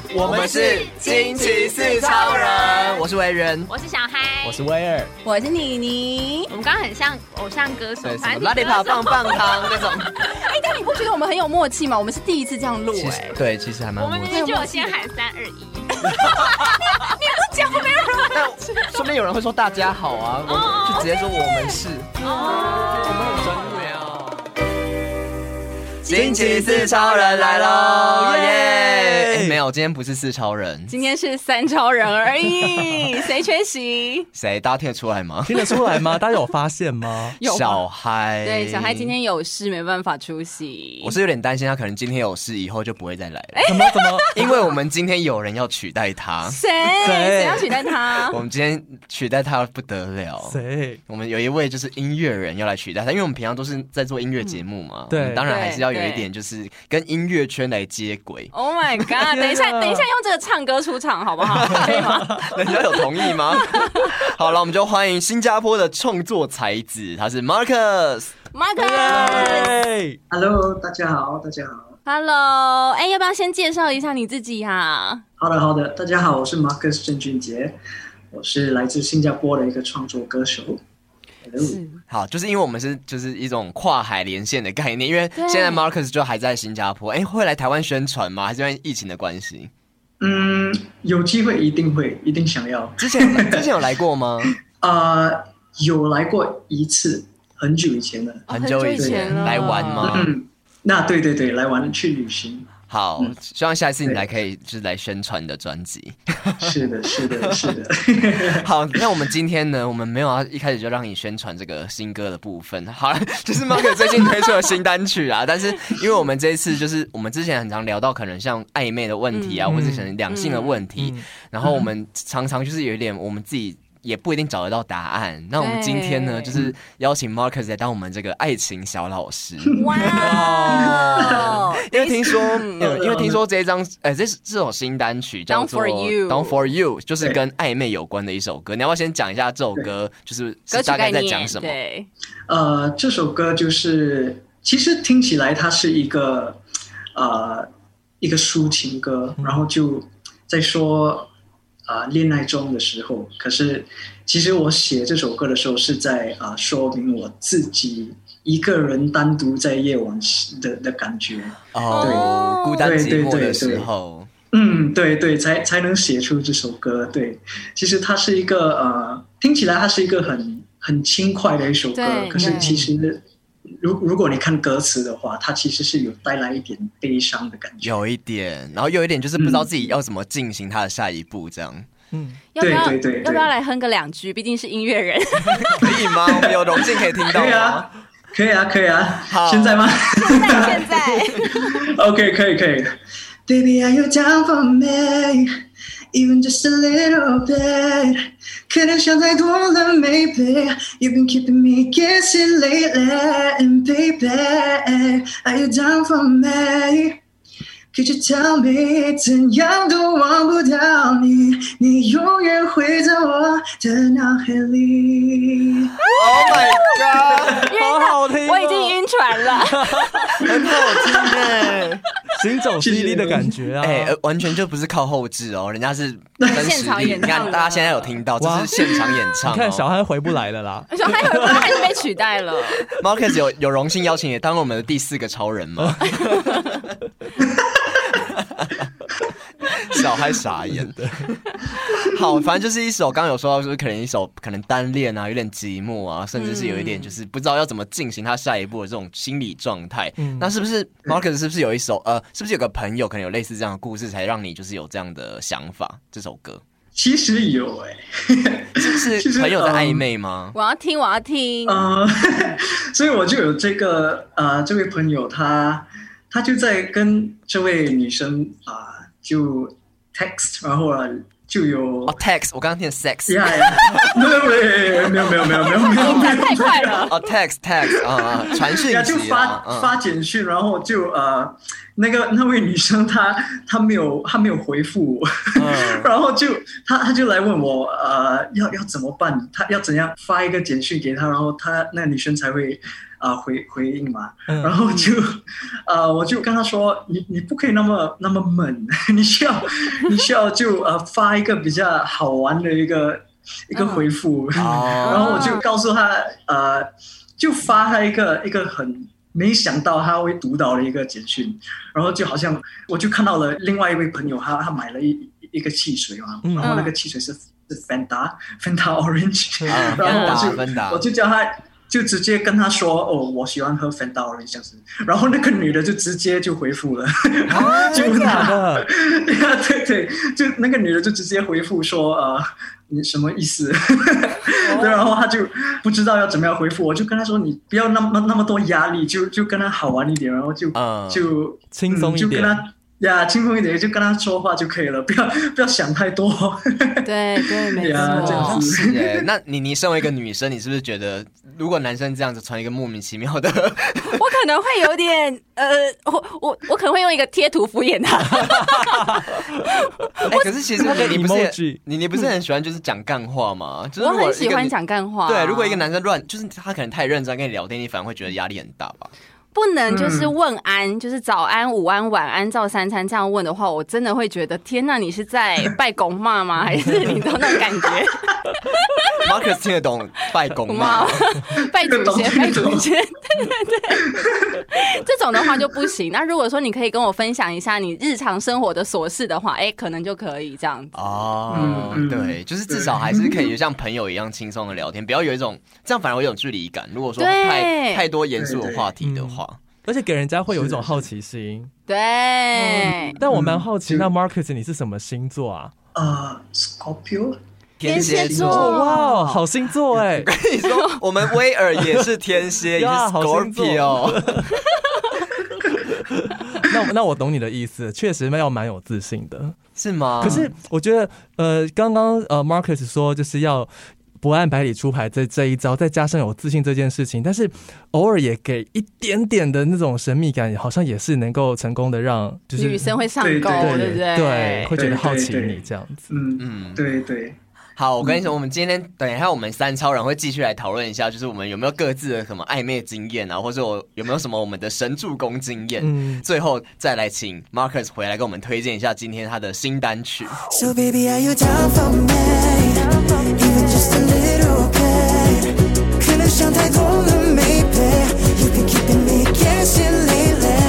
我们是惊奇四超人，我是维人， 我是小嗨， 我是威尔， 我是妮妮。 我们刚刚很像偶像歌手， 对，什么拉力跑棒棒糖那种。 但你不觉得我们很有默契吗？我们是第一次这样录对，其实还蛮我们默契。 明明就有先喊3、2、1。 你不讲没有人。 但说不定有人会说大家好啊，我就直接说我们是。我们很专业啊。惊奇四超人来喽，耶！没有，今天不是四超人， 今天是3超人而已。谁缺席？ 谁？大家听得出来吗？ 听得出来吗？大家有发现吗？ 有小嗨， 对，小嗨今天有事没办法出席。 我是有点担心他可能今天有事，以后就不会再来了。 怎么？ 因为我们今天有人要取代他。 谁要取代他？ 我们今天取代他不得了。 谁？ 我们有一位就是音乐人要来取代他，因为我们平常都是在做音乐节目嘛， 对， 当然还是要有一点就是跟音乐圈来接轨。 Oh my god！ 等一下用这个唱歌出场好不好？可以吗？ 人家有同意吗？好了，我们就欢迎新加坡的创作才子，他是 Marcus。Marcus，Hello， 大家好，大家好。 Hello， 要不要先介绍一下你自己啊？ 好的，大家好，我是 Marcus 郑俊杰，我是来自新加坡的一个创作歌手。 好，就是因为我们是就是一种跨海连线的概念，因为现在 Marcus 就还在新加坡，会来台湾宣传吗？还是因为疫情的关系？ 有机会一定想要。 之前有来过吗？ 有来过一次，很久以前了。 很久以前来玩吗？ 那对，来玩去旅行。 好，希望下一次你来可以就是来宣传你的专辑。 是的。 好，那我们今天呢，我们没有要一开始就让你宣传这个新歌的部分。好了，就是 Marcus 最近推出了新单曲啊，但是因为我们这一次就是我们之前很常聊到可能像暧昧的问题啊，或者可能两性的问题，然后我们常常就是有一点我们自己也不一定找得到答案。那我们今天呢，就是邀请 Marcus 来当我们这个爱情小老师。 哇！ 因为听说这一张这首新单曲叫做 Down for You， 就是跟暧昧有关的一首歌。你要不要先讲一下这首歌，就是大概在讲什么？ 对， 这首歌就是其实听起来它是一个抒情歌，然后就在说恋爱中的时候，可是其实我写这首歌的时候是在说明我自己一个人单独在夜晚的感觉。 对，孤单寂寞的时候。 对，才能写出这首歌。对，其实它是一个听起来它是一个很轻快的一首歌，可是其实如果你看歌词的话，它其实是有带来一点悲伤的感觉， 有一点，然后有一点就是不知道自己要怎么进行它的下一步，这样。 对， 要不要来哼个2句？毕竟是音乐人。 可以吗？我们有荣幸可以听到吗？ 可以啊。好，现在吗？ 现在。 OK， 可以。Baby, are you down for me? Even just a little bit. 可能想太多了 maybe. You've been keeping me guessing lately. And baby, are you down for me? Could you tell me 怎样都忘不掉你，你永远会在我的脑海里。 Oh my god， 好好听， 我已经晕船了， 很好听耶， 行走 CD 的感觉啊！ 完全就不是靠后置哦，人家是现场演唱。 你看大家现在有听到，这是现场演唱。 你看小孩回不来了啦， 小孩回不来还是被取代了。 Marcus 有荣幸邀请你当我们的第4个超人吗？小孩傻眼的。好，反正就是一首刚刚有说到，就是可能一首可能单恋啊，有点寂寞啊，甚至是有一点就是不知道要怎么进行他下一步的这种心理状态。那是不是 Marcus 是不是有一首是不是有个朋友可能有类似这样的故事，才让你就是有这样的想法？这首歌其实有是不是朋友在暧昧吗？ 我要听。 所以我就有这位朋友，他就在跟这位女生就 text， 然后就有 text， 我刚刚听 sex， 没有， 太快了 text 传讯息就发简讯，然后就那位女生她没有回复我，然后就她就来问我要怎么办，她要怎样发一个简讯给她，然后那女生才会回应嘛，然后我就跟他说，你不可以那么闷，你需要就发一个比较好玩的一个回复，然后我就告诉他就发他一个很没想到他会读到的一个简讯，然后就好像我就看到了另外一位朋友他买了一个汽水嘛，然后那个汽水是Fanta Orange， 然后我就叫他。就直接跟他说我喜欢喝 Fanta Orange 这样子，然后那个女的就直接就回复了，就问他，对，就那个女的就直接回复说你什么意思？对，然后他就不知道要怎么样回复，我就跟他说你不要那么多压力，就跟他好玩一点，然后就轻松一点， 就跟他。轻松一点，就跟他说话就可以了，不要想太多。 对，没错。 是耶，那你身为一个女生，你是不是觉得，如果男生这样子传一个莫名其妙的， 我可能会有点我可能会用一个贴图敷衍他。 可是其实你不是很喜欢就是讲干话吗？就是我很喜欢讲干话。 对，如果一个男生就是他可能太认真跟你聊天，你反而会觉得压力很大吧？ 不能就是问安，就是早安、午安、晚安、照三餐这样问的话，我真的会觉得天哪，你是在拜公妈吗？还是你懂那种感觉 ？Marcus 听得懂拜公妈、 拜祖先、对，这种的话就不行。那如果说你可以跟我分享一下你日常生活的琐事的话，可能就可以这样子。 对，就是至少还是可以像朋友一样轻松的聊天，不要有一种这样反而会有距离感。如果说太多严肃的话题的话。 而且给人家会有一种好奇心。 对， 但我蛮好奇，那 Marcus 你是什么星座啊 ？Scorpio， 天蝎座。 哇，好星座哎！ 我跟你说，我们威尔也是天蝎，也是 Scorpio。 那我懂你的意思，确实要蛮有自信的， 是吗？ 可是我觉得，刚刚Marcus 说就是要。不按牌理出牌这一招，再加上有自信这件事情，但是偶尔也给一点点的那种神秘感，好像也是能够成功的让就是女生会上钩，对不对？ 对，会觉得好奇你这样子。 对。 好，我跟你说，我们今天等一下，我们三超人会继续来讨论一下，就是我们有没有各自的什么暧昧经验啊，或者有没有什么我们的神助攻经验。最后再来请 Marcus 回来跟我们推荐一下今天他的新单曲。So baby, are you down for me? Even just a little bit. 可能想太多了 maybe. You've been keeping me guessing lately.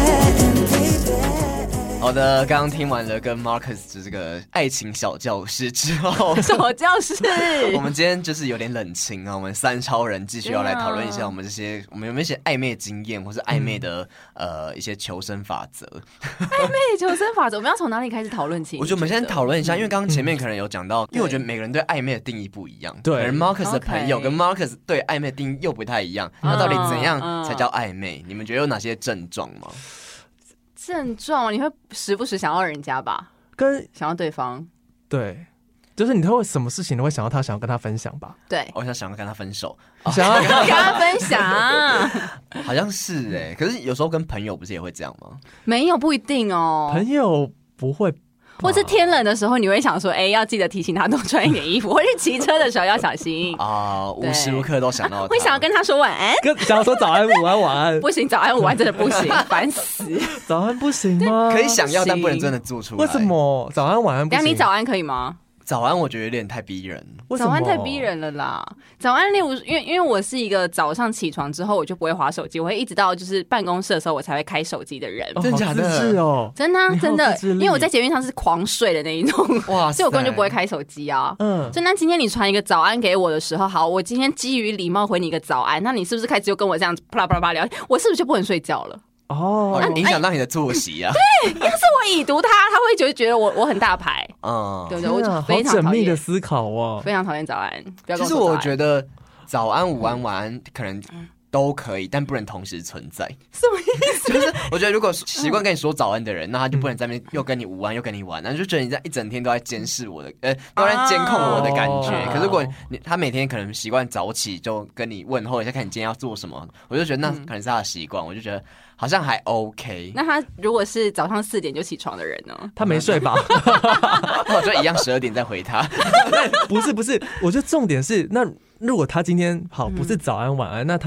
好的，刚刚听完了跟 Marcus 这个爱情小教室之后， 小教室， 我们今天就是有点冷清啊。我们三超人继续要来讨论一下我们有没有一些暧昧经验，或是暧昧的一些求生法则。 暧昧求生法则，我们要从哪里开始讨论起？ 我觉得我们先讨论一下，因为刚刚前面可能有讲到，因为我觉得每个人对暧昧的定义不一样，对，可能 Marcus 的朋友跟 Marcus 对暧昧的定义又不太一样。那到底怎样才叫暧昧？你们觉得有哪些症状吗？ 症状，你会时不时想要人家吧？想要对方， 对，就是你会什么事情都会想要他，想要跟他分享吧？ 对， 我想要跟他分手， 想要跟他分享， 好像是可是有时候跟朋友不是也会这样吗？ 没有，不一定哦， 朋友不会。 或是天冷的时候，你会想说，要记得提醒他多穿一点衣服，或是骑车的时候要小心啊，无时无刻都想到他， 会想要跟他说晚安， 想要说早安、午安、晚安， 不行，早安、午安真的不行，烦死。 早安不行吗？ 可以想要，但不能真的做出来。 为什么早安、晚安不行？ 你早安可以吗？ 早安我觉得有点太逼人， 早安太逼人了啦。早安，例如因为我是一个早上起床之后我就不会滑手机，我会一直到就是办公室的时候我才会开手机的人。 真的假的？ 是哦， 真的真的，因为我在捷运上是狂睡的那一种，哇，所以我根本就不会开手机啊。所以那今天你传一个早安给我的时候，好，我今天基于礼貌回你一个早安，那你是不是开始就跟我这样啪啦啪啦啪啦聊？我是不是就不能睡觉了？ 影响到你的作息啊。 对，要是我已读他会觉得我很大牌，对不对？我就非常缜密的思考哦， 非常讨厌早安。 其实我觉得早安、午安、晚安可能都可以，但不能同时存在。 什么意思？ 就是我觉得如果习惯跟你说早安的人，那他就不能在那边又跟你午安又跟你晚安，就觉得你在一整天都在监视我的，都在监控我的感觉。可是如果他每天可能习惯早起就跟你问候一下，看你今天要做什么，我就觉得那可能是他的习惯，我就觉得好像还 OK。 那他如果是早上4点就起床的人呢？ 他没睡吧？ 那我就一样12点再回他。 不是，我觉得重点是那。如果他今天好不是早安晚安，那他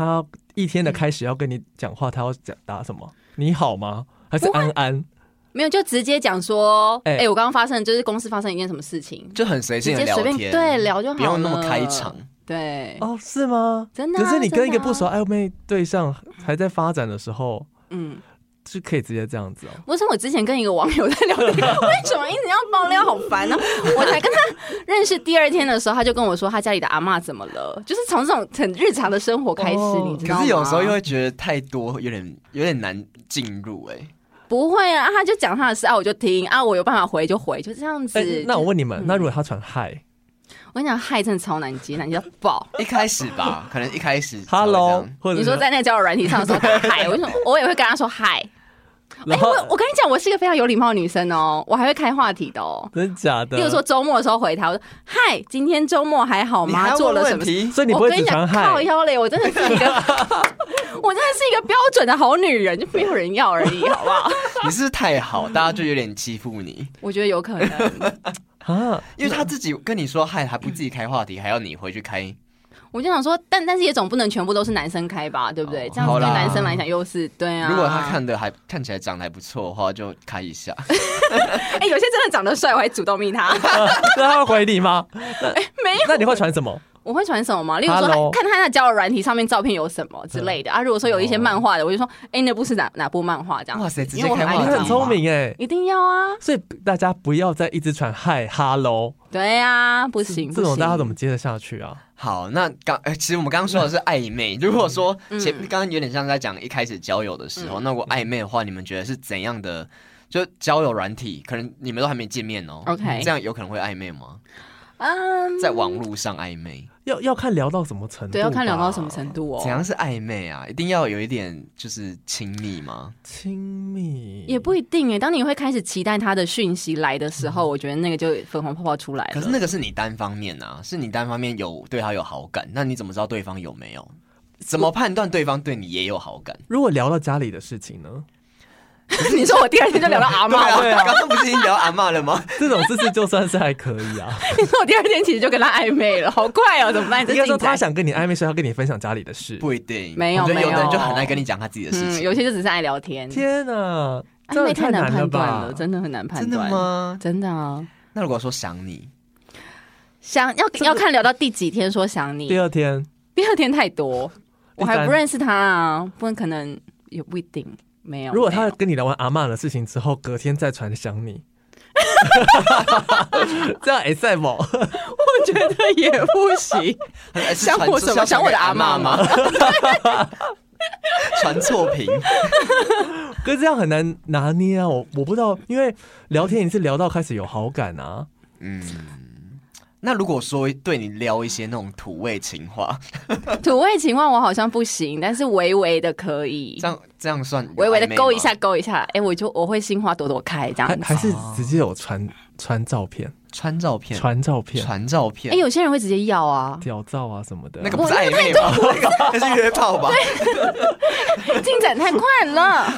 一天的开始要跟你讲话，他要打什么？你好吗？还是安安？ 没有，就直接讲说，我刚刚发生就是公司发生一件什么事情， 就很随性的聊天， 对，聊就好了， 不用那么开场。 对， 哦，是吗？ 真的、啊。 可是你跟一个不熟暧昧对象还在发展的时候，就可以直接这样子哦。 不是，我之前跟一个网友在聊天，为什么一直要爆料，好烦呢、我才跟他认识第2天的时候，他就跟我说他家里的阿嬷怎么了，就是从这种很日常的生活开始，你知道吗？ 可是有时候又会觉得太多，有点难进入不会啊，他就讲他的事啊，我就听啊，我有办法回就回，就这样子。 那我问你们，那如果他传嗨？ 我跟你讲，嗨真的超难接，难接到爆。 一开始吧，可能一开始 ，Hello， 或者你说在那个交友软体上的时候他嗨，我也会跟他说嗨。我跟你讲，我是一个非常有礼貌的女生哦，我还会开话题的哦。 真的假的？ 例如说周末的时候回他，我说嗨，今天周末还好吗？做了什么？ 所以你不会只传嗨？ 靠腰嘞，我真的是一个，我真的是一个标准的好女人，就没有人要而已，好不好？ 你是不是太好，大家就有点欺负你？ 我觉得有可能啊， 因为他自己跟你说嗨，还不自己开话题，还要你回去开。 我就想说，但是也总不能全部都是男生开吧，对不对？这样子对男生来讲又是对啊。 如果他看起来长得还不错的话，就开一下。 有些真的长得帅，我还主动密他。 那他会回你吗？ 没有。 那你会传什么？ 我会传什么吗？例如说，看他的交友软体上面照片有什么之类的啊。如果说有一些漫画的，我就说，那部是哪部漫画这样。 哇塞，直接开话题， 你很聪明一定要啊。 所以大家不要再一直传嗨 hello。 对啊，不行， 这种大家怎么接得下去啊？ 好，那其实我们刚刚说的是暧昧。如果说刚刚有点像在讲一开始交友的时候，那如果暧昧的话，你们觉得是怎样的？就交友软体，可能你们都还没见面哦。 OK， 这样有可能会暧昧吗？在网络上暧昧， 要看聊到什么程度。 对，要看聊到什么程度哦。 怎样是暧昧啊？一定要有一点就是亲密吗？ 亲密也不一定耶。当你会开始期待他的讯息来的时候，我觉得那个就粉红泡泡出来了。 可是那个是你单方面啊，是你单方面有对他有好感，那你怎么知道对方有没有？怎么判断对方对你也有好感？ 如果聊到家里的事情呢？ 你说我第2天就聊到阿嬷， 对啊，刚刚不是已经聊阿嬷了吗？ 这种事情就算是还可以啊。 你说我第2天其实就跟他暧昧了，好快哦，怎么办？ 应该说他想跟你暧昧，所以他跟你分享家里的事， 不一定。 没有， 有的人就很爱跟你讲他自己的事情， 有些就只是爱聊天。 天哪， 暧昧太难判断了，真的很难判断。 真的吗？ 真的啊。 那如果说想你， 要看聊到第几天说想你。 第2天太多，我还不认识他啊，不可能也不一定。没有。 如果他跟你聊完阿嬷的事情之后，隔天再传想你，这样SM， 我觉得也不行。想我什么？想我的阿嬷吗？ 传错屏， 可是这样很难拿捏啊！我不知道，因为聊天你是聊到开始有好感啊。 那如果说对你撩一些那种土味情话， 土味情话我好像不行，但是微微的可以。 这样算微微的勾一下。我会心花朵朵开这样子。 还是直接有传照片。 传照片。 有些人会直接要啊， 屌照啊什么的。 那个不是暧昧吧？那是约炮吧？ 进展太快了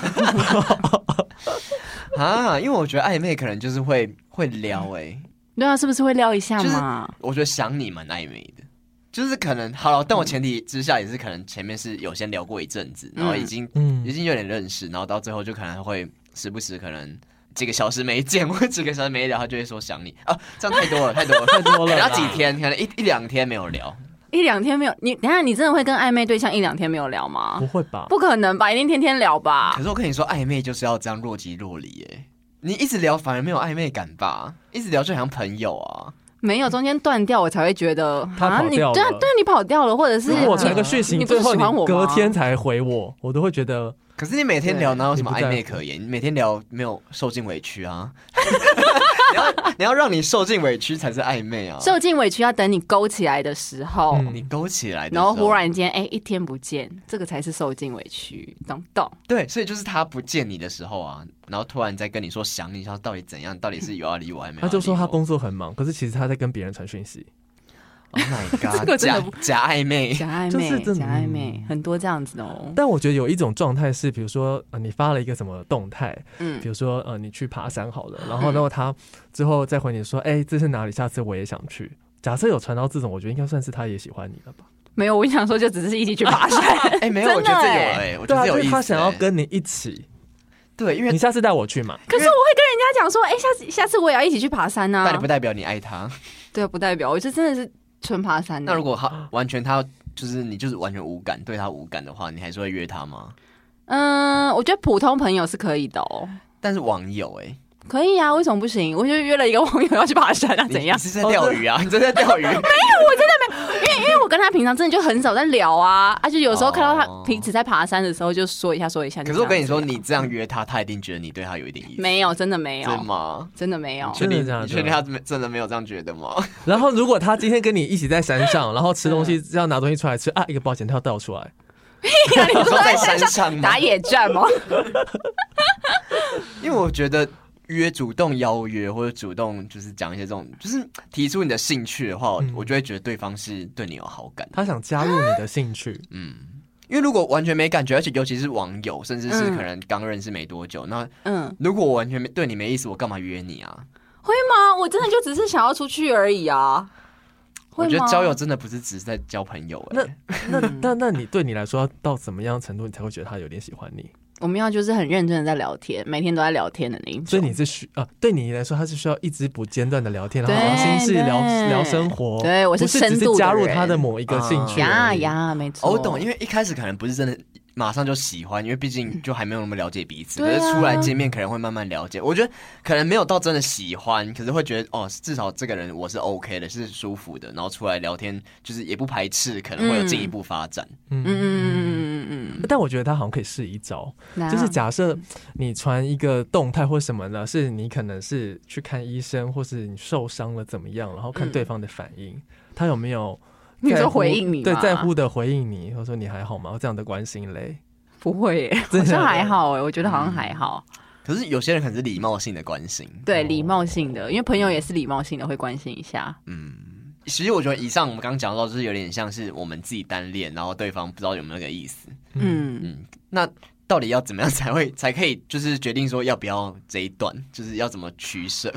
啊！因为我觉得暧昧可能就是会撩对啊，是不是会撩一下嘛？ 我觉得想你蛮暧昧的，就是可能好了，但我前提之下也是可能前面是有先聊过一阵子，然后已经有点认识，然后到最后就可能会时不时可能几个小时没见或几个小时没聊，他就会说想你啊，这样太多了。然后几天可能一两天没有聊 ，1-2天没有，你等一下你真的会跟暧昧对象1-2天没有聊吗？ 不会吧？ 不可能吧？一定天天聊吧？ 可是我跟你说，暧昧就是要这样若即若离耶。你一直聊反而没有暧昧感吧？一直聊就好像朋友啊。 没有中间断掉，我才会觉得他跑掉了。 对，你跑掉了，或者是如果我传个讯息， 你不是喜欢我吗？ 隔天才回我都会觉得。 可是你每天聊哪有什么暧昧可言？你每天聊没有受尽委屈啊？你要让你受尽委屈才是暧昧啊！ 受尽委屈要等你勾起来的时候， 你勾起来的时候，然后忽然间1天不见，这个才是受尽委屈，懂？ 对，所以就是他不见你的时候啊，然后突然在跟你说想你，到底怎样？到底是有要理我还没有？ 他就说他工作很忙，可是其实他在跟别人传讯息。 Oh my god！ 假暧昧， 就是假暧昧，很多这样子哦。 但我觉得有一种状态是，比如说你发了一个什么动态，比如说你去爬山好了，然后他之后再回你说，这是哪里？下次我也想去。假设有传到这种，我觉得应该算是他也喜欢你了吧？ 没有，我想说就只是一起去爬山。 没有，我觉得这有我觉得有意思。 他想要跟你一起。 对，因为你下次带我去嘛。 可是我会跟人家讲说，下次我也要一起去爬山啊。 但不代表你爱他。 对，不代表，我就真的是纯爬山的。 那如果完全他就是你就是完全无感，对他无感的话，你还是会约他吗？ 我觉得普通朋友是可以的哦。 但是网友可以啊，为什么不行？我就约了一个网友要去爬山啊，怎样？ 你是在钓鱼啊？你真的在钓鱼？没有，我真的没有，因为我跟他平常真的就很少在聊啊，就有时候看到他彼此在爬山的时候就说一下。 可是我跟你说，你这样约他，他一定觉得你对他有一点意思。 没有，真的没有。 真的吗？ 真的没有。 真的这样？ 你确定他真的没有这样觉得吗？ 然后如果他今天跟你一起在山上，然后吃东西要拿东西出来吃一个保险套掉出来。 你说在山上打野战吗？ 因为我觉得主动邀约或者主动就是讲一些这种，就是提出你的兴趣的话，我就会觉得对方是对你有好感， 他想加入你的兴趣。 因为如果完全没感觉，而且尤其是网友，甚至是可能刚认识没多久，那如果我完全对你没意思，我干嘛约你啊？ 会吗？我真的就只是想要出去而已啊。 我觉得交友真的不是只是在交朋友。 那你对你来说要到怎么样程度，你才会觉得他有点喜欢你？ 我们要就是很认真的在聊天，每天都在聊天的那一种。 所以你是对你来说，他是需要一直不间断的聊天，然后聊心事、聊生活。 对，我是深度的人， 不是只是加入他的某一个兴趣。 没错。 我懂，因为一开始可能不是真的马上就喜欢，因为毕竟就还没有那么了解彼此。可是出来见面可能会慢慢了解。我觉得可能没有到真的喜欢，可是会觉得至少这个人我是 OK 的，是舒服的。然后出来聊天，就是也不排斥，可能会有进一步发展。 但我觉得他好像可以试一招，就是假设你传一个动态或什么的，是你可能是去看医生，或是你受伤了怎么样，然后看对方的反应，他有没有你说回应你吗？ 对，在乎的回应你，或者说你还好吗？这样的关心嘞， 不会耶，好像还好耶，我觉得好像还好。 可是有些人可能是礼貌性的关心， 对，礼貌性的，因为朋友也是礼貌性的会关心一下。 其实我觉得以上我们刚刚讲到，就是有点像是我们自己单恋，然后对方不知道有没有那个意思。那到底要怎么样才可以，就是决定说要不要这一段，就是要怎么取舍？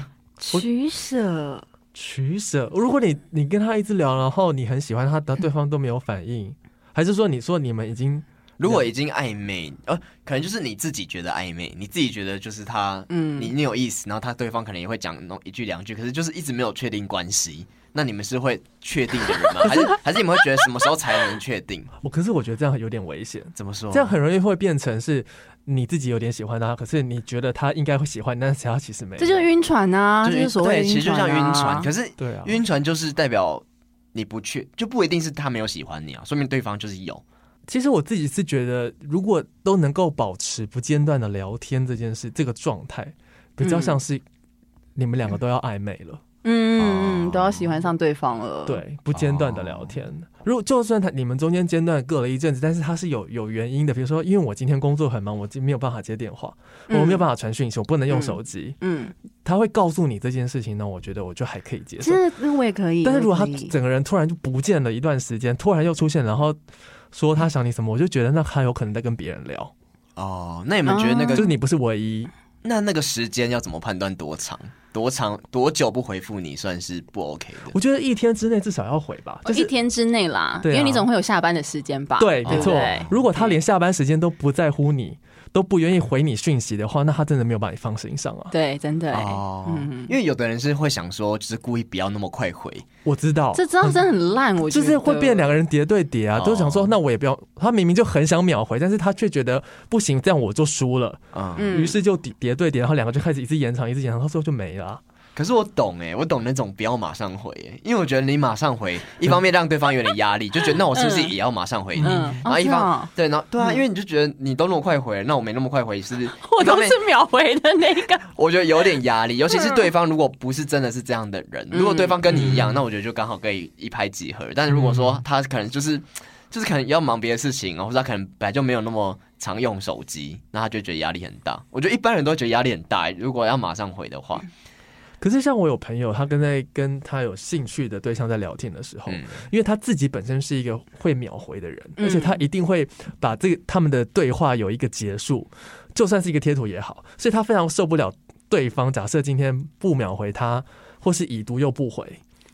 取舍。如果你跟他一直聊，然后你很喜欢他，对方都没有反应，还是说你说你们已经如果已经暧昧，可能就是你自己觉得暧昧，你自己觉得就是他，你有意思，然后对方可能也会讲一句两句，可是就是一直没有确定关系。那你们是会确定的人吗？还是你们会觉得什么时候才能确定？ 可是我觉得这样有点危险。 怎么说？ 这样很容易会变成是你自己有点喜欢他，可是你觉得他应该会喜欢，但是他其实没有。 这就是晕船啊，这就是所谓的晕船啊。 其实就像晕船，可是晕船就是代表你就不一定是他没有喜欢你啊，说明对方就是有。 其实我自己是觉得，如果都能够保持不间断的聊天这件事，这个状态比较像是你们两个都要暧昧了。 都要喜欢上对方了。 对，不间断的聊天。如果就算你们中间间断隔了一阵子，但是他是有原因的，比如说因为我今天工作很忙，我没有办法接电话，我没有办法传讯息，我不能用手机。他会告诉你这件事情呢，我觉得我就还可以接受。 那我也可以。 但是如果他整个人突然就不见了一段时间，突然又出现，然后说他想你什么，我就觉得那他有可能在跟别人聊。 那你们觉得那个就是你不是唯一？ 那个时间要怎么判断多长？多久不回复你算是不 OK 的？ 我觉得1天之内至少要回吧，就是 1天之内啦，因为你总会有下班的时间吧？ 对，没错。如果他连下班时间都不在乎你，都不愿意回你讯息的话，那他真的没有把你放心上啊。 对，真的。 因为有的人是会想说，就是故意不要那么快回。 我知道， 这招真的很烂，我觉得就是会变两个人叠对叠啊，都想说那我也不要。他明明就很想秒回，但是他却觉得不行，这样我就输了。于是就叠对叠，然后两个就开始一直延长，到最后就没了。 可是我懂我懂那种不要马上回因为我觉得你马上回，一方面让对方有点压力，就觉得那我是不是也要马上回你？然后一方对，然后对啊，因为你就觉得你都那么快回，那我没那么快回，是不是？ 我都是秒回的那个。 我觉得有点压力，尤其是对方如果不是真的是这样的人，如果对方跟你一样，那我觉得就刚好可以一拍即合。但是如果说他可能就是可能要忙别的事情，或者他可能本来就没有那么常用手机，那他就觉得压力很大。我觉得一般人都觉得压力很大，如果要马上回的话。 可是像我有朋友，他跟他有兴趣的对象在聊天的时候，因为他自己本身是一个会秒回的人，而且他一定会把他们的对话有一个结束，就算是一个贴图也好，所以他非常受不了对方假设今天不秒回他，或是已读又不回。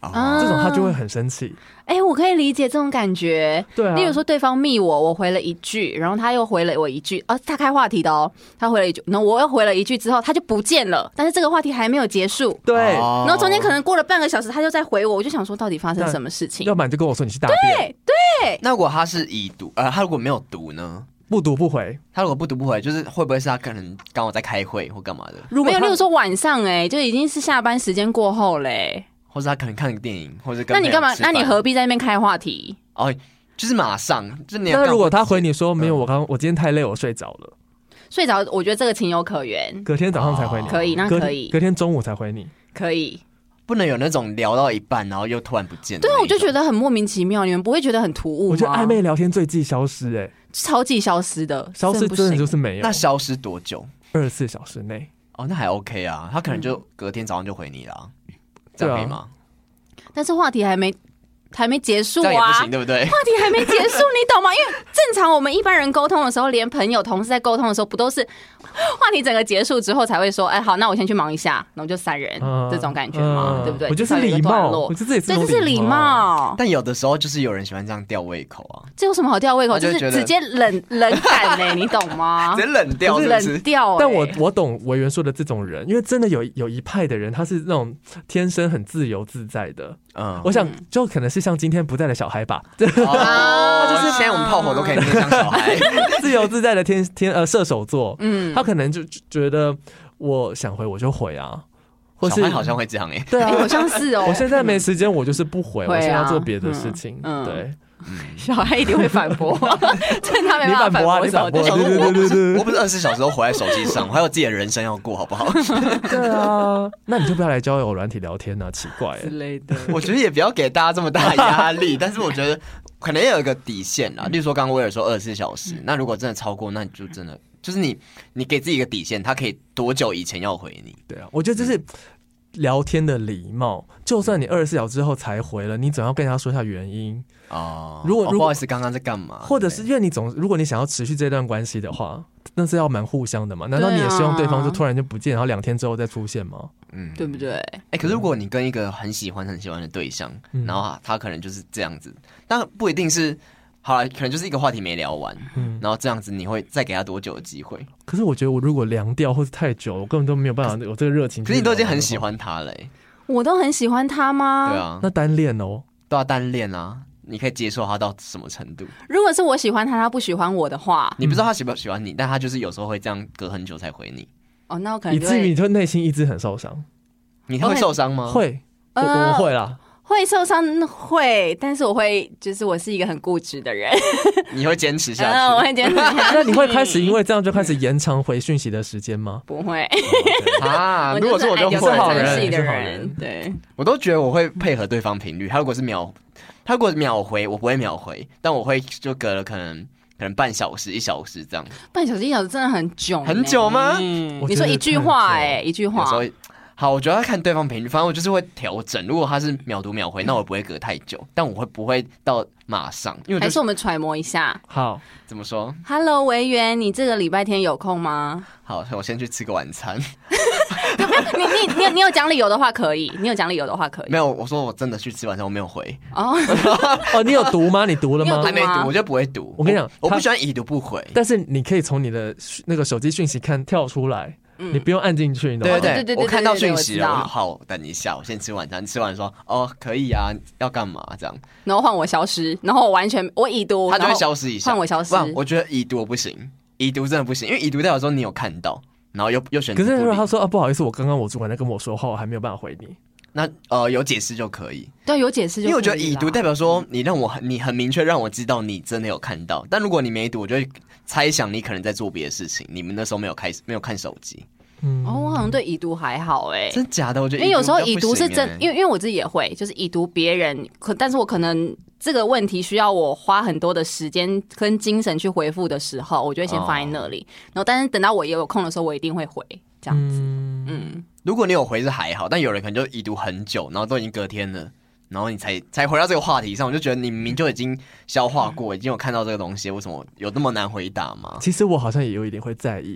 这种他就会很生气。 我可以理解这种感觉。 对啊， 例如说对方密我，我回了一句，然后他又回了我一句，他开话题的哦，他回了一句，然后我又回了一句之后，他就不见了，但是这个话题还没有结束。 对， 然后中间可能过了半个小时，他就再回我，我就想说到底发生什么事情？ 要不然就跟我说你去大便。 对。 那如果他是已读，他如果没有读呢？ 不读不回， 他如果不读不回，就是会不会是他可能刚好在开会或干嘛的？ 没有，例如说晚上就已经是下班时间过后嘞， 或者他可能看个电影，或者跟那你干嘛？那你何必在那边开话题？ 就是马上就你。 那如果他回你说没有，我今天太累，我睡着了。 睡着，我觉得这个情有可原。 隔天早上才回你， 可以，那可以。 隔天中午才回你， 可以。 不能有那种聊到一半，然后又突然不见。 对啊，我就觉得很莫名其妙，你们不会觉得很突兀吗？ 我觉得暧昧聊天最忌消失， 超级消失的， 消失真的就是没有。 那消失多久 ？24小时内。 那还 OK 啊，他可能就隔天早上就回你了，这样可以吗？ 但是话题还没结束啊， 这样也不行，对不对？ 话题还没结束，你懂吗？因为正常我们一般人沟通的时候，连朋友、同事在沟通的时候，不都是话题整个结束之后才会说，好，那我先去忙一下，然后就散人，这种感觉嘛，对不对？ 我觉得是礼貌，我觉得这是礼貌。 但有的时候就是有人喜欢这样吊胃口啊， 这有什么好吊胃口？就是直接冷感呢，你懂吗？ 直接冷掉， 冷掉。 但我懂委员说的这种人，因为真的有一派的人，他是那种天生很自由自在的。我想就可能是像今天不在的小孩吧，就是现在我们炮火都可以面向小孩， 自由自在的射手座，他可能就觉得我想回我就回啊，或是小孩好像会这样对啊， 好像是哦。 我现在没时间，我就是不回，我现在要做别的事情，对。 小孩一定会反驳，趁他没办法反驳的时候， 对， 我不是24小时都活在手机上，我还有自己的人生要过，好不好？ 对啊，那你就不要来交友软体聊天啊，奇怪之类的。 我觉得也不要给大家这么大的压力，但是我觉得可能也有一个底线啦。例如说，刚刚威尔说24小时，那如果真的超过，那你就真的就是你给自己一个底线，他可以多久以前要回你？ 对啊，我觉得这是聊天的礼貌。就算你24小时之后才回了，你总要跟人家说一下原因。如果不好意思，刚刚在干嘛？ 或者是因为如果你想要持续这段关系的话，那是要蛮互相的嘛。难道你也希望对方就突然就不见，然后2天之后再出现吗？ 对不对？ 可是如果你跟一个很喜欢的对象，然后他可能就是这样子，但不一定是好了，可能就是一个话题没聊完，然后这样子你会再给他多久的机会？ 可是我觉得我如果凉掉或是太久，我根本都没有办法有这个热情。 可是你都已经很喜欢他了， 我都很喜欢他吗？ 对啊， 那单恋哦， 都要单恋啊。你可以接受他到什么程度？ 如果是我喜欢他，他不喜欢我的话， 你不知道他喜不喜欢你，但他就是有时候会这样隔很久才回你。 那我可能以至于你就内心一直很受伤。 你会受伤吗？ 会，我会啦。 会受伤会，但是我是一个很固执的人。 你会坚持下去？ 我会坚持下去。 那你会开始因为这样就开始延长回讯息的时间吗？ 不会啊！如果是我就会好人，对， 我都觉得我会配合对方频率。他如果秒回，我不会秒回，但我会就隔了可能半小时、1小时这样。 半小时、1小时真的很久， 很久吗？ 你说一句话，一句话。 好，我觉得要看对方频率，反正我就是会调整。如果他是秒读秒回，那我不会隔太久，但我不会到马上，因为还是我们揣摩一下。 好， 怎么说 ？Hello， 维园，你这个礼拜天有空吗？ 好，我先去吃个晚餐。 你有讲理由的话可以，你有讲理由的话可以。 没有，我说我真的去吃晚餐，我没有回。 你有读吗？你读了吗？ 还没读，我就不会读。 我跟你讲， 我不喜欢已读不回， 但是你可以从你的那个手机讯息跳出来。你不用按进去，你懂吗？ 对，我看到讯息了，好，等一下，我先吃晚餐，吃完说可以啊，要干嘛这样？ 然后换我消失，然后我已读， 他就会消失一下， 换我消失。 我觉得已读我不行，已读真的不行，因为已读代表说你有看到，然后又选择。 可是如果他说不好意思，我刚刚我主管在跟我说话，我还没有办法回你。 那有解释就可以， 对，有解释就可以。 因为我觉得已读代表说你很明确让我知道你真的有看到，但如果你没读，我就会猜想你可能在做别的事情，你们那时候没有看手机。 我好像对已读还好真假的？我觉得因为有时候已读是真，因为我自己也会，就是已读别人，但是我可能这个问题需要我花很多的时间跟精神去回复的时候，我就会先放在那里，然后但是等到我也有空的时候，我一定会回这样子。 如果你有回是还好，但有人可能就已读很久，然后都已经隔天了，然后你才回到这个话题上，我就觉得你明明就已经消化过，已经有看到这个东西，为什么有那么难回答吗？ 其实我好像也有一点会在意。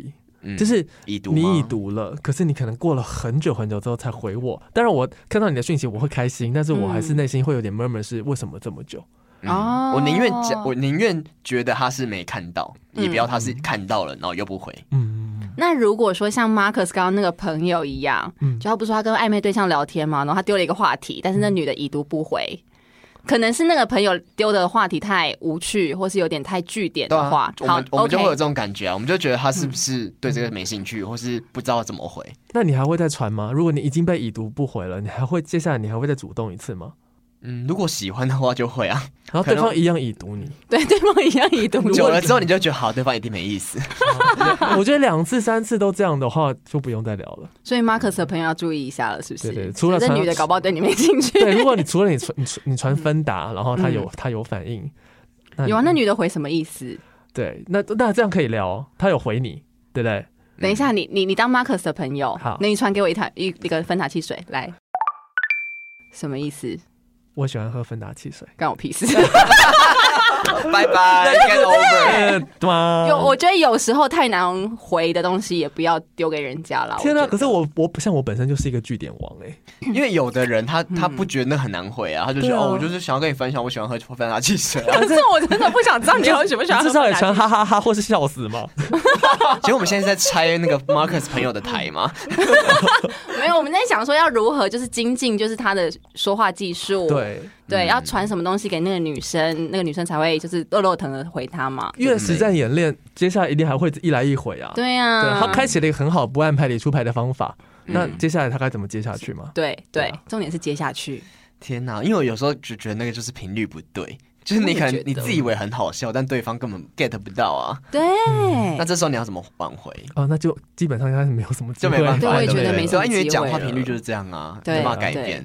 就是已读你已读了，可是你可能过了很久很久之后才回我。当然我看到你的讯息我会开心，但是我还是内心会有点 murmur 是为什么这么久。 我宁愿觉得他是没看到，也不要他是看到了然后又不回。 那如果说像 Marcus 刚刚那个朋友一样，就他不是说他跟暧昧对象聊天嘛，然后他丢了一个话题，但是那女的已读不回，可能是那个朋友丢的话题太无趣，或是有点太句点的话， 我们就会有这种感觉啊，我们就觉得他是不是对这个没兴趣，或是不知道怎么回。 那你还会再传吗？如果你已经被已读不回了，接下来你还会再主动一次吗？ 如果喜欢的话就会啊， 然后对方一样已读你， 对，对方一样已读你， 久了之后你就觉得好，对方一定没意思。 我觉得2次3次都这样的话就不用再聊了。 所以 Marcus 的朋友要注意一下了，是不是？ 对，除了这女的搞不好对你没兴趣。 对，如果你除了你传分答，然后他有反应， 有啊，那女的回什么意思？ 对，那这样可以聊，他有回你，对不对？ 等一下，你当 Marcus 的朋友， 好， 那你传给我一个芬达汽水来，什么意思？ 我喜欢喝芬达汽水， 干我屁事。 拜拜 ，get over。 我觉得有时候太难回的东西也不要丢给人家了。 天哪！可是我像我本身就是一个句点王因为有的人他不觉得那很难回啊，他就觉得我就是想要跟你分享，我喜欢喝芬达汽水啊。 可是我真的不想知道你喜不喜欢喝芬达汽水， 至少也传哈哈哈或是笑死嘛。 其实我们现在在拆那个 Marcus 朋友的台吗？ 没有，我们在想说要如何就是精进，就是他的说话技术。对，要传什么东西给那个女生，那个女生才会就是热腾的回他嘛。 越实战演练，接下来一定还会一来一回啊。 对啊， 对，他开启了一个很好不按牌理出牌的方法。那接下来他该怎么接下去嘛？ 对，重点是接下去。 天哪，因为我有时候就觉得那个就是频率不对，就是你可能你自以为很好笑，但对方根本 get 不到啊。 对， 那这时候你要怎么挽回？ 那就基本上应该是没有什么机会， 就没办法。 我也觉得没什么机会了， 因为讲话频率就是这样啊，没办法改变。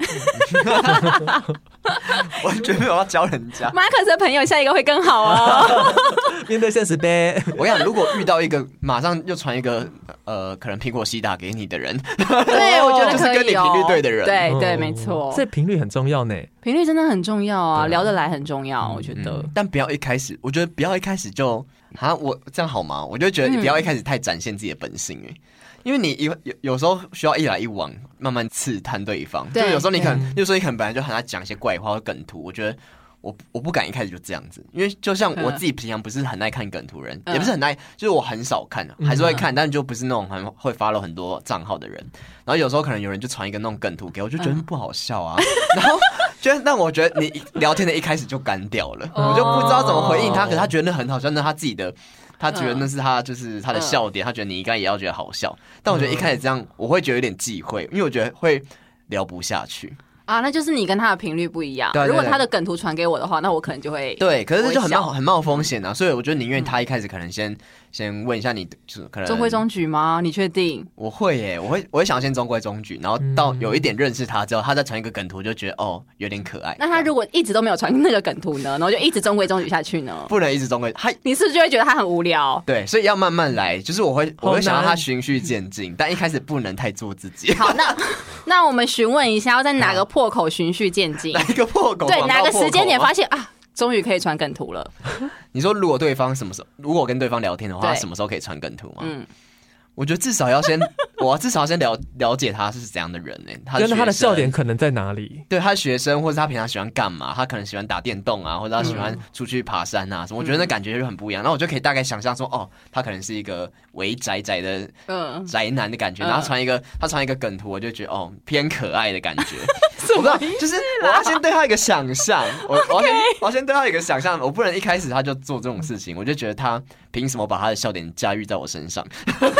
我绝对没有要教人家。 马克的朋友下一个会更好哦。 面对现实呗。 我想，如果遇到一个马上又传一个可能苹果西打给你的人， 对，我觉得可以就是跟你频率对的人， 对，没错。 这频率很重要呢， 频率真的很重要啊，聊得来很重要，我觉得。 但不要一开始，我觉得不要一开始就我这样好吗？我就觉得你不要一开始太展现自己的本性因为你有时候需要一来一往，慢慢刺探对方。就有时候你可能，就是你可能本来就和他讲一些怪话或梗图，我觉得我不敢一开始就这样子，因为就像我自己平常不是很爱看梗图人，也不是很爱，就是我很少看，还是会看，但就不是那种很会 follow 很多账号的人。然后有时候可能有人就传一个那种梗图给我，就觉得不好笑啊。然后但我觉得你聊天的一开始就干掉了，我就不知道怎么回应他，可是他觉得那很好笑，那他自己的。他觉得那是他就是他的笑点，他觉得你应该也要觉得好笑。但我觉得一开始这样，我会觉得有点忌讳，因为我觉得会聊不下去啊。那就是你跟他的频率不一样。 对， 如果他的梗图传给我的话，那我可能就会对。可是这就很冒风险啊，所以我觉得宁愿他一开始可能先问一下你，就是可能中规中矩吗？你确定？ 我会耶，我会想要先中规中矩，然后到有一点认识他之后，他再传一个梗图，就觉得有点可爱。 那他如果一直都没有传那个梗图呢，然后就一直中规中矩下去呢？ 不能一直中规， 你是不是就会觉得他很无聊？ 对，所以要慢慢来，就是我会想让他循序渐进，但一开始不能太做自己。 好，那我们询问一下，要在哪个破口循序渐进？ 哪一个破口？ 对，哪个时间点发现啊？终于可以传梗图了。 你说如果对方什么时候，如果我跟对方聊天的话，他什么时候可以传梗图吗？我觉得至少要先了解他是怎样的人跟他的笑点可能在哪里？ 对，他是学生，或者他平常喜欢干嘛？他可能喜欢打电动啊，或者他喜欢出去爬山啊什么。我觉得那感觉就很不一样。然后我就可以大概想象说，他可能是一个伪宅的宅男的感觉。然后他传一个梗图，我就觉得偏可爱的感觉。我不知道，就是我要先对他一个想象，我要先对他一个想象，我不能一开始他就做这种事情。我就觉得他凭什么把他的笑点驾驭在我身上？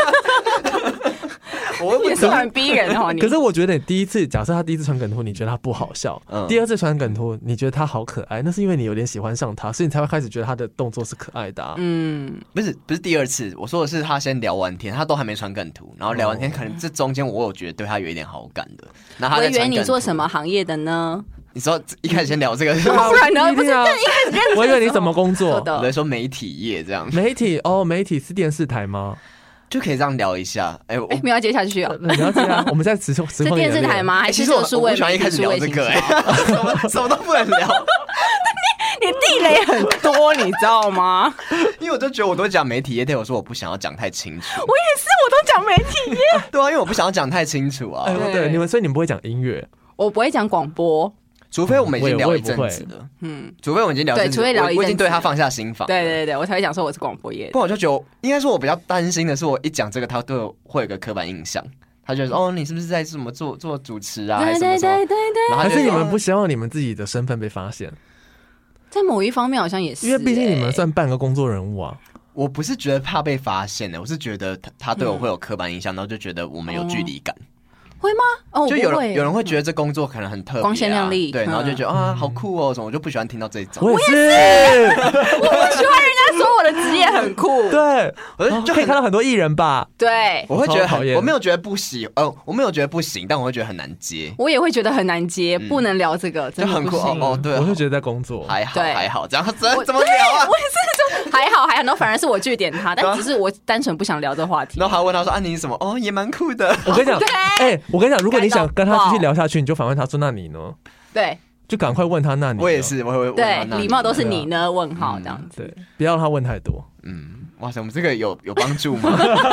我也是很逼人你。 可是我觉得假设他第一次传梗图，你觉得他不好笑，第二次传梗图，你觉得他好可爱，那是因为你有点喜欢上他，所以你才会开始觉得他的动作是可爱的不是第二次，我说的是他先聊完天，他都还没传梗图，然后聊完天，可能这中间我有觉得对他有一点好感的。然后他我以为你做什么行业的呢？ 你说一开始先聊这个， 不然呢？不是一开始认识， 我以为你怎么工作？ 我在说媒体业这样。 媒体是电视台吗？ 就可以这样聊一下。 没有接下去你要接啊！我们在实况是电视台吗？还是其实我不喜欢一开始聊这个，什么都不能聊。 你地雷很多，你知道吗？ 因为我就觉得我都讲媒体业，但我说我不想要讲太清楚。 我也是，我都讲媒体业。 对啊，因为我不想要讲太清楚啊。 对，所以你们不会讲音乐， 我不会讲广播。 除非我们已经聊一阵子了，除非我们已经聊一阵子， 除非聊一阵子， 我已经对他放下心防， 对，我才会讲说我是广播业。 不然我就觉得，应该说我比较担心的是，我一讲这个，他对我会有个刻板印象，他就说你是不是在什么做主持啊，还是什么什么？ 对， 还是你们不希望你们自己的身份被发现？ 在某一方面好像也是， 因为毕竟你们算半个公众人物啊。 我不是觉得怕被发现的，我是觉得他对我会有刻板印象，然后就觉得我们有距离感。 会吗？ 就有人会觉得这工作可能很特别， 光鲜亮丽， 对，然后就觉得好酷哦，什么，我就不喜欢听到这种。 我也是， 我不喜欢人家说我的职业很酷。 对，我就可以看到很多艺人吧。 对， 我会觉得我没有觉得不行，我没有觉得不行，但我会觉得很难接。 我也会觉得很难接，不能聊这个，真的很酷哦。对， 我就觉得在工作还好，这样怎么聊啊？ 我也是，还好，然后反而是我据点他，但只是我单纯不想聊这话题。 然后还问他说你什么？也蛮酷的。 我跟你讲，我跟你讲，如果你想跟他继续聊下去，你就反问他说：“那你呢？” 对， 就赶快问他。那你？ 我也是，我会问他。 对，礼貌都是你呢？问号这样子。 对，不要让他问太多。 哇塞，我们这个有帮助吗？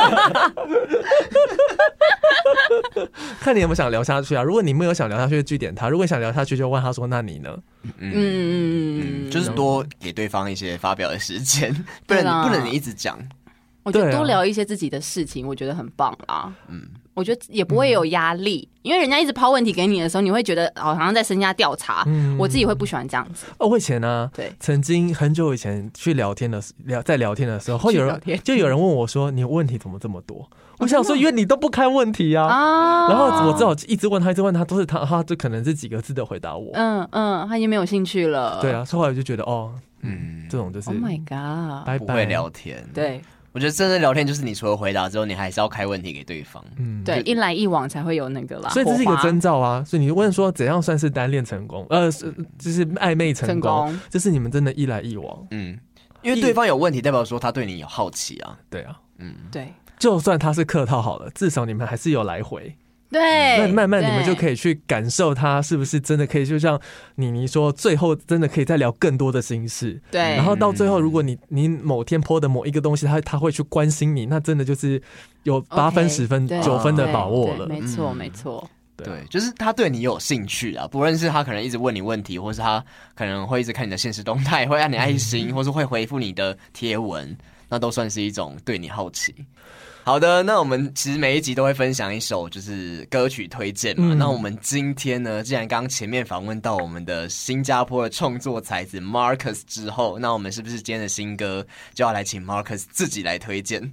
看你有没有想聊下去啊？如果你没有想聊下去，就据点他；如果你想聊下去，就问他说：“那你呢？” 就是多给对方一些发表的时间，不能你一直讲。 我觉得多聊一些自己的事情，我觉得很棒啦。我觉得也不会有压力，因为人家一直抛问题给你的时候，你会觉得好像在身家调查。我自己会不喜欢这样子。 我以前呢， 对， 曾经很久以前去在聊天的时候，有人问我说：“你问题怎么这么多？”我想说，因为你都不开问题啊。然后我只好一直问他，都是他就可能是几个字的回答我。 他已经没有兴趣了。 对啊，所以后来就觉得这种就是 ，Oh my god， 拜拜， 不会聊天。 对。 我觉得真的聊天就是你除了回答之后，你还是要开问题给对方。 对，一来一往才会有那个啦。 所以这是一个征兆啊！所以你问说怎样算是单恋成功？就是暧昧成功，就是你们真的一来一往。 因为对方有问题，代表说他对你有好奇啊。 对啊， 对。 就算他是客套好了，至少你们还是有来回。 对， 那慢慢你们就可以去感受他是不是真的可以，就像妮说，最后真的可以再聊更多的心事。 对， 然后到最后，如果你某天 po 的某一个东西，他会去关心你，那真的就是有8分、10分、9分的把握了。 没错，没错。 对，就是他对你有兴趣啊，不论是他可能一直问你问题，或是他可能会一直看你的现实动态，会按你爱心，或是会回复你的贴文，那都算是一种对你好奇。好的，那我们其实每一集都会分享一首就是歌曲推荐嘛。那我们今天呢，既然刚前面访问到我们的新加坡的创作才子 Marcus 之后，那我们是不是今天的新歌就要来请 Marcus 自己来推荐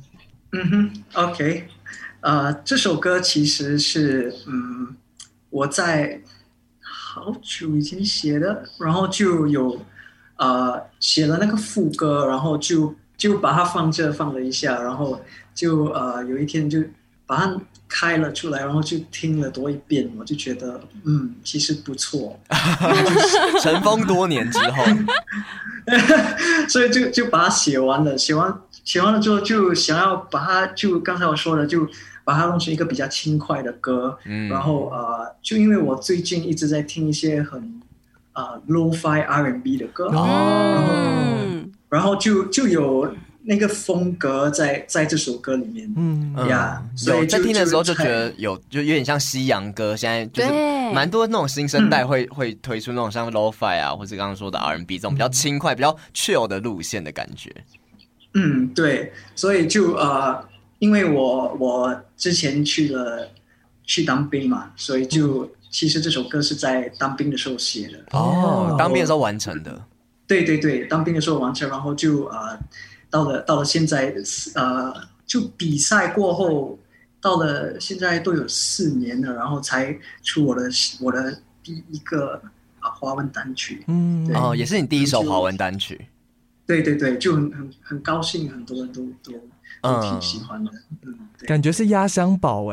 ？OK， 这首歌其实是我在好久以前写的，然后就有写了那个副歌，然后就把它放了一下，然后就有一天就把它开了出来，然后就听了多一遍，我就觉得其实不错。 尘封多年之后， 所以就把它写完了。写完了之后，就想要把它，就刚才我说的，就把它弄成一个比较轻快的歌。然后就因为我最近一直在听一些很lo-fi R&B 的歌，然后就有那个风格在这首歌里面，所以在听的时候就觉得就有点像西洋歌，现在就是蛮多那种新生代会推出那种像 lo-fi 啊，或是刚刚说的 R&B 这种比较轻快、比较 chill 的路线的感觉。 对，所以就因为我之前去当兵嘛，所以就其实这首歌是在当兵的时候写的。 当兵的时候完成的。 对，当兵的时候完成，然后就到了现在就比赛过后，到了现在都有4年了，然后才出我的第一个华文单曲。 也是你第一首华文单曲。 对，就很高兴，很多人都挺喜欢的。 感觉是压箱宝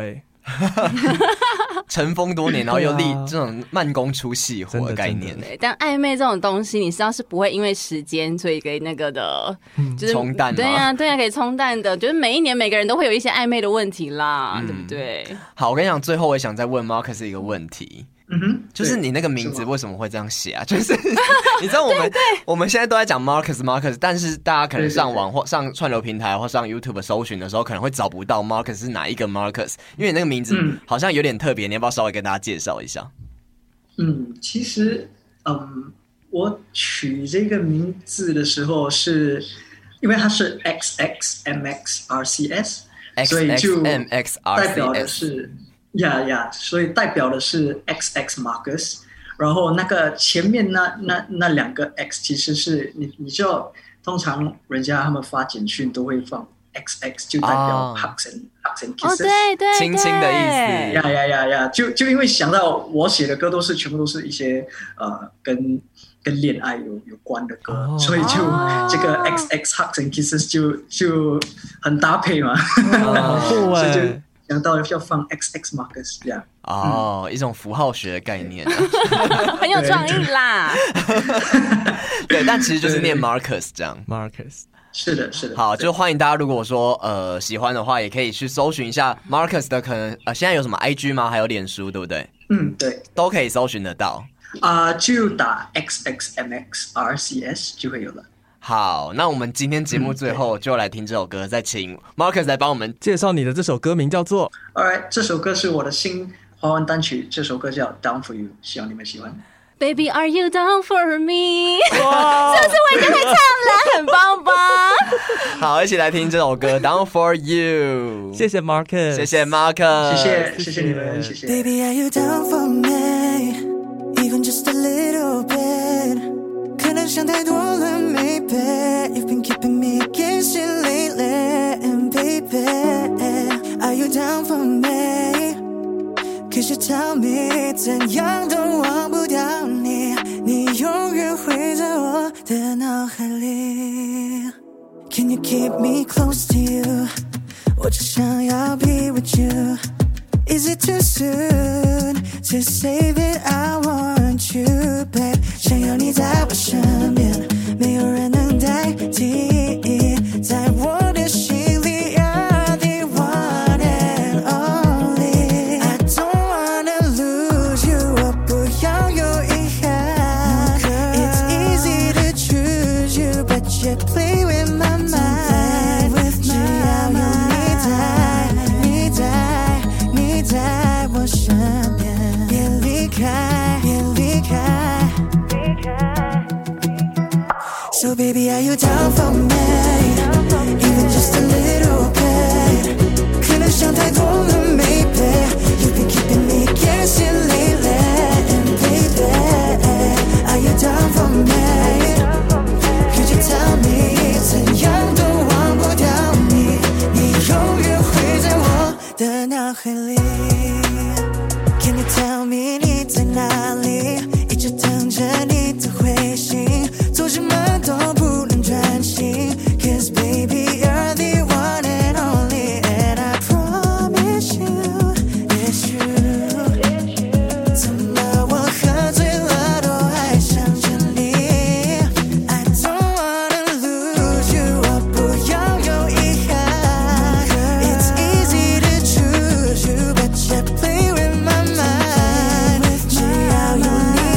尘封多年，然后又这种慢工出细活的概念。 但暧昧这种东西，你知道是不会因为时间所以给那个的，就是冲淡。 对啊，可以冲淡的。就是每一年每个人都会有一些暧昧的问题啦，对不对？ 好，我跟你讲，最后我也想再问 Marcus 一个问题。 就是你那个名字为什么会这样写啊？就是你知道我们现在都在讲 Marcus， 但是大家可能上网或上串流平台或上 YouTube 搜寻的时候，可能会找不到 Marcus 是哪一个 Marcus， 因为你那个名字好像有点特别，你要不要稍微跟大家介绍一下？ 其实我取这个名字的时候是因为它是 XXMXRCS， 所以就代表的是所以代表的是 XX Marcus， 然后那个前面那两个 X 其实是你就通常人家他们发简讯都会放 XX， 就代表 hugs and kisses， 对， 亲亲的意思。就因为想到我写的歌全部都是一些跟恋爱有关的歌，所以就这个 XX hugs and kisses 就很搭配嘛，所以就想到要放 XX Marcus 这样。 一种符号学的概念， 很有创意啦。 对，但其实就是念 Marcus 这样。 Marcus。 是的。 好，就欢迎大家，如果说喜欢的话，也可以去搜寻一下 Marcus 的，可能现在有什么 IG 吗？还有脸书，对不对？ 对， 都可以搜寻得到。 就打 XXMXRCS 就会有了。 好，那我们今天节目最后就来听这首歌，再请 Marcus 来帮我们介绍你的这首歌名叫做 Alright， 这首歌是我的新华文单曲，这首歌叫 Down for You， 希望你们喜欢。 Baby, are you down for me？ 是不是我已经会唱了？很棒吧？ 好，一起来听这首歌 Down for You。 谢谢 Marcus， 谢谢 Marcus， 谢谢你们，谢谢。 Baby, are you down for me? Even just a little bit. 可能想太多了 maybe. You've been keeping me guessing lately. And baby, are you down for me? Cause you tell me 怎样都忘不掉你，你永远会在我的脑海里。 Can you keep me close to you? 我只想要 be with you. Is it too soon to say that I want you, babe? 想要你在我身边，没有人能代替，在我的心里 You're the one and only. I don't wanna lose you， 我不要有遗憾。It's easy to choose you, but you play with my mind. 只要有你在我身边，别离开，别离开。So baby, are you down for me? Even just a little bit. 可能想太多了 maybe. You've been keeping me guessing lately. And baby, are you down for me? Could you tell me 怎样都忘不掉你，你永远会在我的脑海里。 Can you tell me 你在哪里？一直等着你的回信，做什么都不能专心。Cause baby you're the one and only, and I promise you it's true. 怎么我喝醉了都还想着你 I don't wanna lose you， 我不要有遗憾。It's easy to choose you, but you play with my mind. 只要有你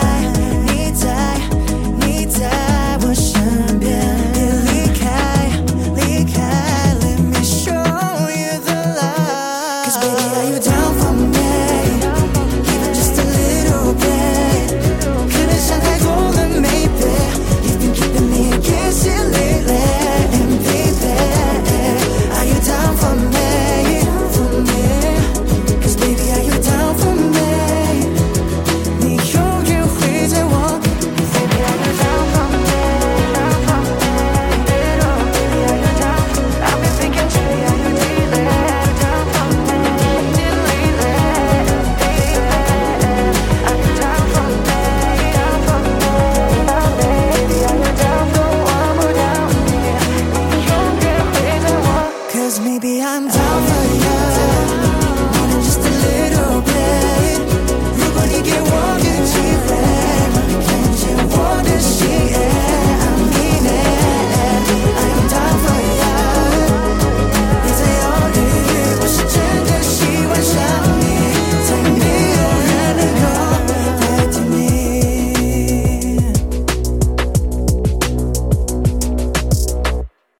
在我身边，别离开，Let me show you the love. Cause baby, are you down for me? Even just a little bit. 可能想太多了 maybe. You've been keeping me guessing lately. And baby, are you down for me? Cause baby, are you down for me? 你永远会在我。Baby, are you down for me? Baby, are you down? I've been thinking, baby, are you really down for me? Lately, baby, are you down for me? Baby, are you down for 忘不掉你，你永远会在我。Cause maybe I'm down.